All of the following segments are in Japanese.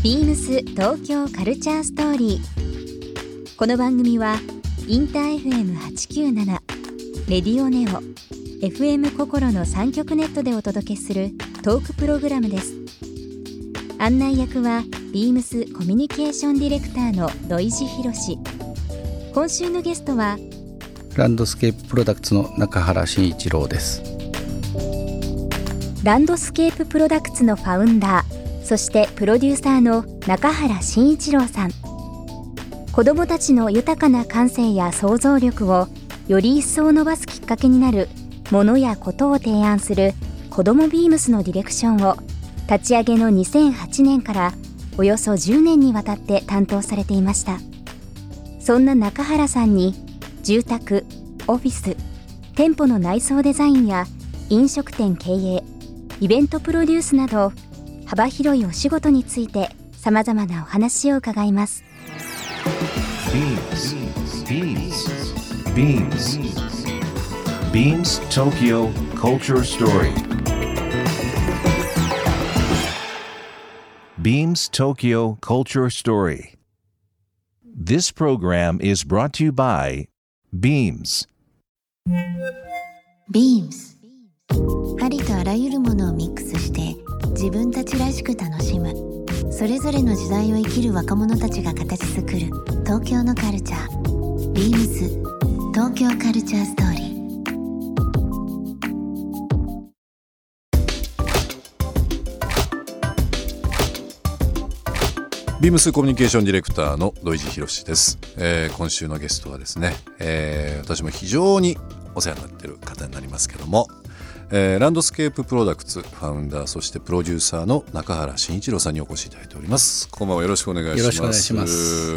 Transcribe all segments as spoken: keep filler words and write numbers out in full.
ビームス東京カルチャーストーリー。この番組はインター エフエムはちきゅうなな、レディオネオ、エフエム 心のさん局ネットでお届けするトークプログラムです。案内役はビームスコミュニケーションディレクターの土井博志。今週のゲストはランドスケーププロダクツの中原慎一郎です。 ランドスケーププロダクツのファウンダー、そしてプロデューサーの中原慎一郎さん。子どもたちの豊かな感性や想像力をより一層伸ばすきっかけになるものやことを提案する子どもビームスのディレクションを立ち上げのにせんはちねんからおよそじゅうねんにわたって担当されていました。そんな中原さんに住宅、オフィス、店舗の内装デザインや飲食店経営、イベントプロデュースなど幅広いお仕事について様々なお話を伺います。 ビームス ビームス ビームス Tokyo Culture Story Beams Tokyo Culture Story. This program is brought to you by Beams. Beams ありとあらゆるものをミックスして自分たちらしく楽しむ、それぞれの時代を生きる若者たちが形作る東京のカルチャー。 ビームス 東京カルチャーストーリー。 ビームスコミュニケーションディレクターの土井博志です。えー、今週のゲストはですね、えー、私も非常にお世話になっている方になりますけども、えー、ランドスケーププロダクツファウンダー、そしてプロデューサーの中原慎一郎さんにお越しいただいております。こんばんは、よろしくお願いします。 よろしくお願いします。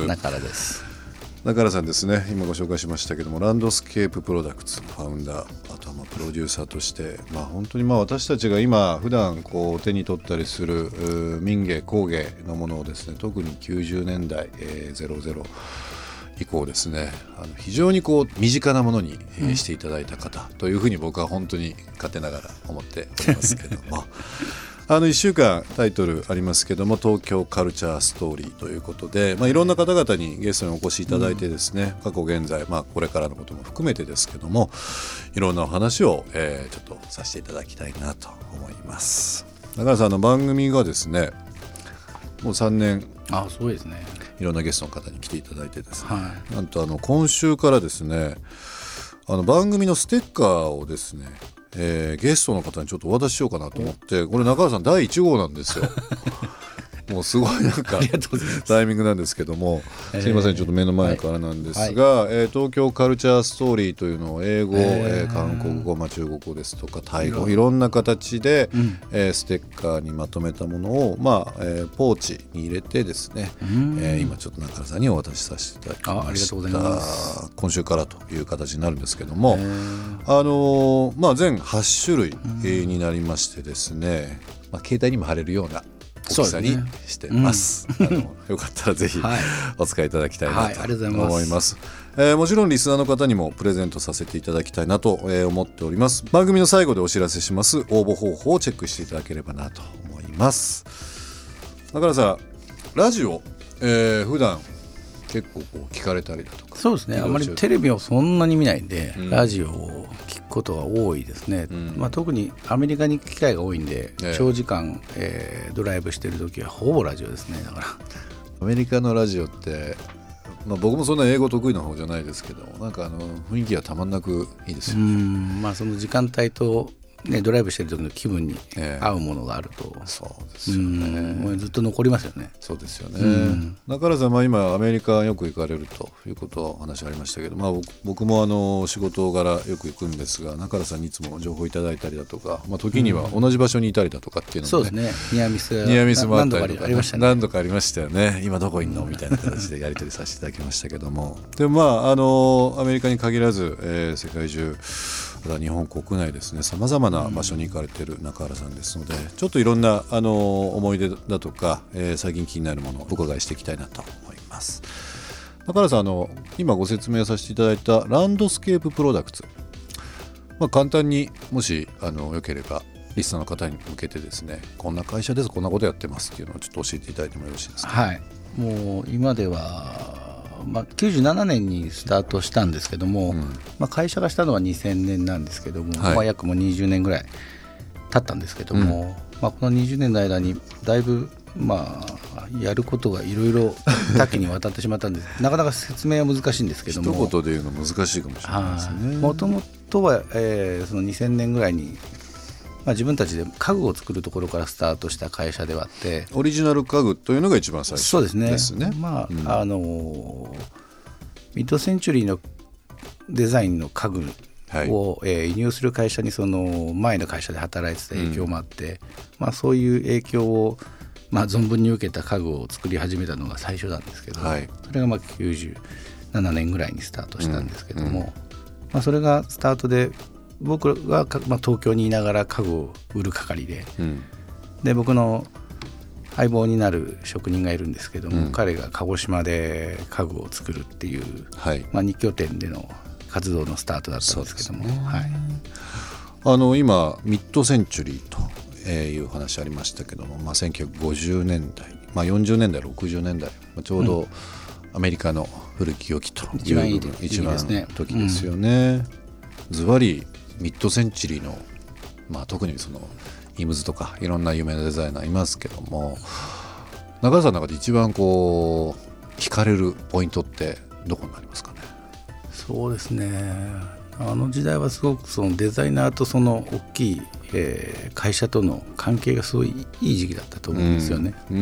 中原です。 中原さんですね、今ご紹介しましたけども、ランドスケーププロダクツファウンダー、あとはまあプロデューサーとして、まあ、本当にまあ私たちが今普段こう手に取ったりする民芸工芸のものをですね、特にきゅうじゅうねんだい、えー、ゼロゼロ以降ですね、あの非常にこう身近なものに、えー、していただいた方というふうに僕は本当に勝手ながら思っておりますけどもあのいっしゅうかんタイトルありますけども、東京カルチャーストーリーということで、まあ、いろんな方々にゲストにお越しいただいてですね、うん、過去現在、まあ、これからのことも含めてですけども、いろんなお話を、えー、ちょっとさせていただきたいなと思います。中原さんの番組がですね、もうさんねん、 あ、そうですね、 いろんなゲストの方に来ていただいてですね、 はい、 なんとあの今週からですね、あの番組のステッカーをですね、えー、ゲストの方にちょっとお渡ししようかなと思って、これ中原さんだいいち号なんですよもうすごいなんかタイミングなんですけども、すいません、ちょっと目の前からなんですが、はいはい、えー、東京カルチャーストーリーというのを英語、えー、韓国語、まあ、中国語ですとかタイ語、いろんな形で、うん、えー、ステッカーにまとめたものを、まあえー、ポーチに入れてですね、えー、今ちょっと中原さんにお渡しさせていただきました。 あ、ありがとうございます。 今週からという形になるんですけども、あのーまあ、全はち種類、えー、になりましてですね、まあ、携帯にも貼れるような大きさにしてます。うん、あのよかったらぜひお使いいただきたいなと思います。えー、もちろんリスナーの方にもプレゼントさせていただきたいなと思っております。番組の最後でお知らせします応募方法をチェックしていただければなと思います。だからさ、ラジオ、えー、普段結構こう聞かれたりだとか。 そうですね、あまりテレビをそんなに見ないんで、うん、ラジオを聞くことが多いですね。うん、まあ、特にアメリカに行く機会が多いんで、えー、長時間、えー、ドライブしてるときはほぼラジオですね。だからアメリカのラジオって、まあ、僕もそんな英語得意な方じゃないですけど、なんかあの雰囲気がたまんなくいいですよね。うん、 まあ、その時間帯とね、ドライブしてる時の気分に合うものがあると、 えー、そうですよね、 うん、もうずっと残りますよね。 そうですよね。うん、中原さんは今アメリカよく行かれるということをお話ありましたけど、まあ、僕, 僕もあの仕事柄よく行くんですが、中原さんにいつも情報いただいたりだとか、まあ、時には同じ場所にいたりだとかっていうのも、ね、 そうですね、ニアミスニアミスもあったりとか、 何度かありましたね。 何度かありましたよね。今どこいんのみたいな形でやり取りさせていただきましたけどもでもまああのアメリカに限らず、えー、世界中、日本国内ですね、さまざまな場所に行かれている中原さんですので、ちょっといろんなあの思い出だとか、えー、最近気になるものをお伺いしていきたいなと思います。中原さん、あの今ご説明させていただいたランドスケーププロダクツ、まあ、簡単にもしあのよければリスナーの方に向けてですね、こんな会社です、こんなことやってますっていうのをちょっと教えていただいてもよろしいですか。 はい、もう今では、まあ、きゅうじゅうななねんにスタートしたんですけども、うんまあ、会社がしたのはにせんねんなんですけども、はいまあ、約もうにじゅうねんぐらい経ったんですけども、うんまあ、このにじゅうねんの間にだいぶまあやることがいろいろ多岐にわたってしまったんですなかなか説明は難しいんですけども、 一言で言うの難しいかもしれないですね。 もともとは、えー、そのにせんねんぐらいに、まあ、自分たちで家具を作るところからスタートした会社ではあって、 オリジナル家具というのが一番最初ですね。 そうですね、まあ、うん、あのミッドセンチュリーのデザインの家具を、はいえー、輸入する会社にその前の会社で働いてた影響もあって、うんまあ、そういう影響をまあ、存分に受けた家具を作り始めたのが最初なんですけど、はい、それがまあきゅうじゅうななねんぐらいにスタートしたんですけども、うんうんまあ、それがスタートで僕が、まあ、東京にいながら家具を売る係で、うん、で僕の相棒になる職人がいるんですけども、うん、彼が鹿児島で家具を作るっていう、はいまあ、に拠点での活動のスタートだったんですけども、ねはい、 あの今ミッドセンチュリーとえー、いう話ありましたけども、まあ、せんきゅうひゃくごじゅうねんだい、まあ、よんじゅうねんだいろくじゅうねんだい、まあ、ちょうどアメリカの古き良きという、うん、一番いい一番時ですよね。ズバリミッドセンチュリーの、まあ、特にそのイームズとかいろんな有名なデザイナーいますけども、中田さんの中で一番こう惹かれるポイントってどこになりますかね。 そうですね、あの時代はすごくそのデザイナーとその大きいえー、会社との関係がすごいいい時期だったと思うんですよね、うんうん、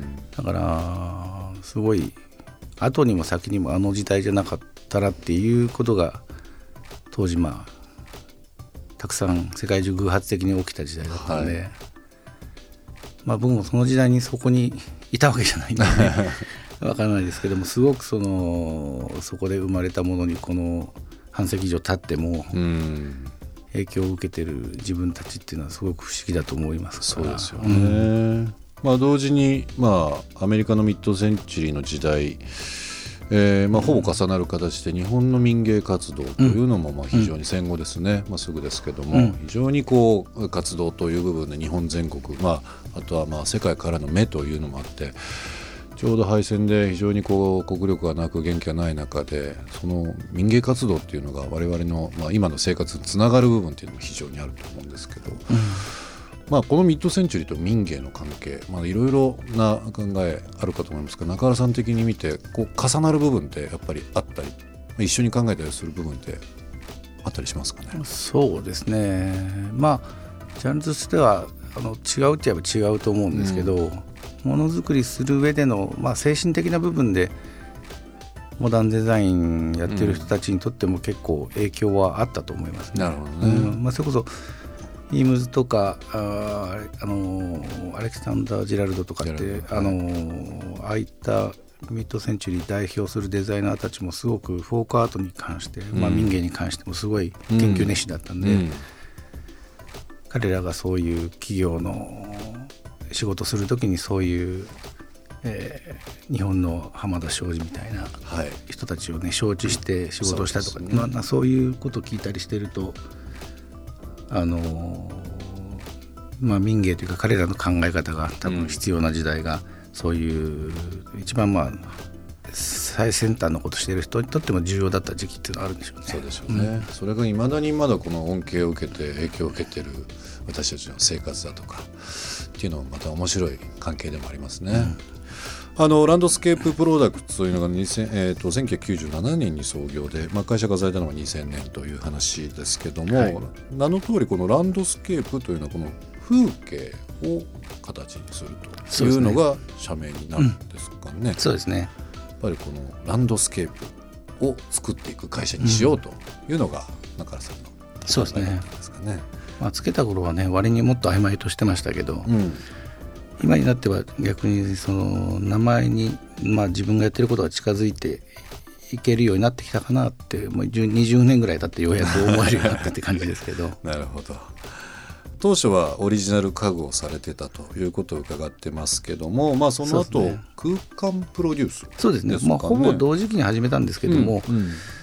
だからすごい後にも先にもあの時代じゃなかったらっていうことが当時まあたくさん世界中偶発的に起きた時代だったので、はいまあ、僕もその時代にそこにいたわけじゃないんで、ね、わからないですけども、すごくそのそこで生まれたものにこの半世紀以上経っても、うん影響を受けてる自分たちっていうのはすごく不思議だと思いますから。 そうですよね、うんまあ、同時に、まあ、アメリカのミッドセンチュリーの時代、えーまあ、ほぼ重なる形で日本の民芸活動というのもまあ非常に戦後ですね、うんまあ、すぐですけども、うん、非常にこう活動という部分で日本全国、まあ、あとはまあ世界からの目というのもあってちょうど敗戦で非常にこう国力がなく元気がない中でその民芸活動っていうのが我々の、まあ、今の生活につながる部分っていうのも非常にあると思うんですけど、うんまあ、このミッドセンチュリーと民芸の関係いろいろな考えあるかと思いますが、中原さん的に見てこう重なる部分ってやっぱりあったり一緒に考えたりする部分ってあったりしますかね。 そうですね、まあジャンルとしてはあの違うっちゃえば違うと思うんですけど、うんものづくりする上での、まあ、精神的な部分でモダンデザインやってる人たちにとっても結構影響はあったと思いますね。 なるほどね、 うんまあ、それこそイームズとか あ, あのアレキサンダー・ジェラルドとかってあのああいったミッドセンチュリー代表するデザイナーたちもすごくフォークアートに関して、うんまあ、民芸に関してもすごい研究熱心だったんで、うんうん、彼らがそういう企業の仕事するときにそういう、えー、日本の浜田庄司みたいな人たちをね承知して仕事をしたとか、そう、ねまあ、そういうことを聞いたりしてるとあのーまあ、民芸というか彼らの考え方が多分必要な時代が、うん、そういう一番まあ最先端のことしている人にとっても重要だった時期っていうのはあるんでしょうね。 そうでしょうね、うん、それがいまだにまだこの恩恵を受けて影響を受けている私たちの生活だとかっていうのもまた面白い関係でもありますね、うん、あのランドスケーププロダクツというのがにせん、えー、とせんきゅうひゃくきゅうじゅうななねんに創業で、まあ、会社がされたのはにせんねんという話ですけども、はい、名の通りこのランドスケープというのはこの風景を形にするというのが社名になるんですかね。 そうですね、 やっぱりこのランドスケープを作っていく会社にしようというのが中原さんのそうですね。 ですかね。 まあ、つけた頃はね割にもっと曖昧としてましたけど、うん、今になっては逆にその名前に、まあ、自分がやってることが近づいていけるようになってきたかなってもうにじゅうねんぐらい経ってようやく思えるようになったって感じですけどなるほど。当初はオリジナル家具をされてたということを伺ってますけども、まあ、その後、ね、空間プロデュースですかね。 そうですね、まあ、ほぼ同時期に始めたんですけども、うんうんま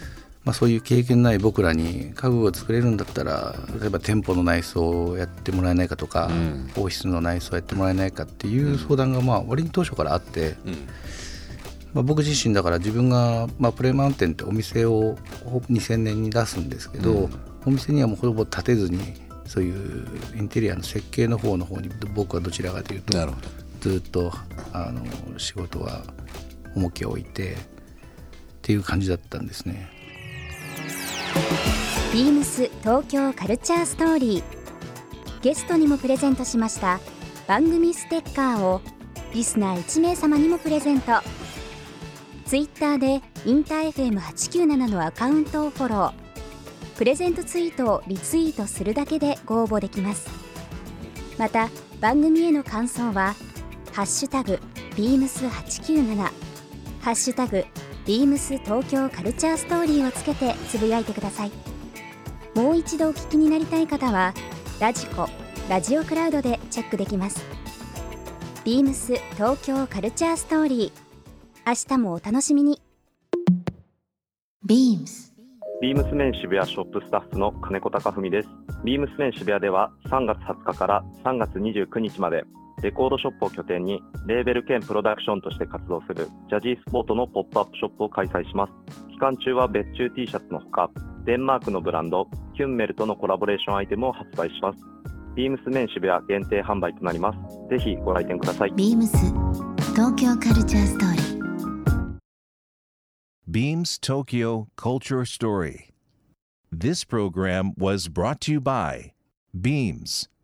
まあ、そういう経験ない僕らに家具を作れるんだったら、例えば店舗の内装をやってもらえないかとか、うん、オフィスの内装をやってもらえないかっていう相談がまあ割に当初からあって、うんまあ、僕自身だから自分が、まあ、プレイマウンテンってお店をにせんねんに出すんですけど、うん、お店にはもうほぼ建てずにそういうインテリアの設計の方の方に僕はどちらかというとずっとあの仕事は重きを置いてっていう感じだったんですね。 ビームス東京カルチャーストーリー、ゲストにもプレゼントしました番組ステッカーをリスナーいち名様にもプレゼント。ツイッターでインター エフエムはちきゅうなな のアカウントをフォロー、プレゼントツイートをリツイートするだけでご応募できます。また番組への感想はハッシュタグビームスはちきゅうなな、ハッシュタグビームス東京カルチャーストーリーをつけてつぶやいてください。もう一度お聞きになりたい方はラジコ、ラジオクラウドでチェックできます。ビームス東京カルチャーストーリー、明日もお楽しみに。 ビームスビームスメン渋谷ショップスタッフの金子貴文です。ビームスメン渋谷ではさんがつはつかからさんがつにじゅうくにちまでレコードショップを拠点にレーベル兼プロダクションとして活動するジャジースポートのポップアップショップを開催します。期間中は別注 T シャツのほか、デンマークのブランドキュンメルとのコラボレーションアイテムを発売します。ビームスメン渋谷限定販売となります。ぜひご来店ください。 ビームス東京カルチャーストーリー、 Beams Tokyo Culture Story. This program was brought to you by Beams.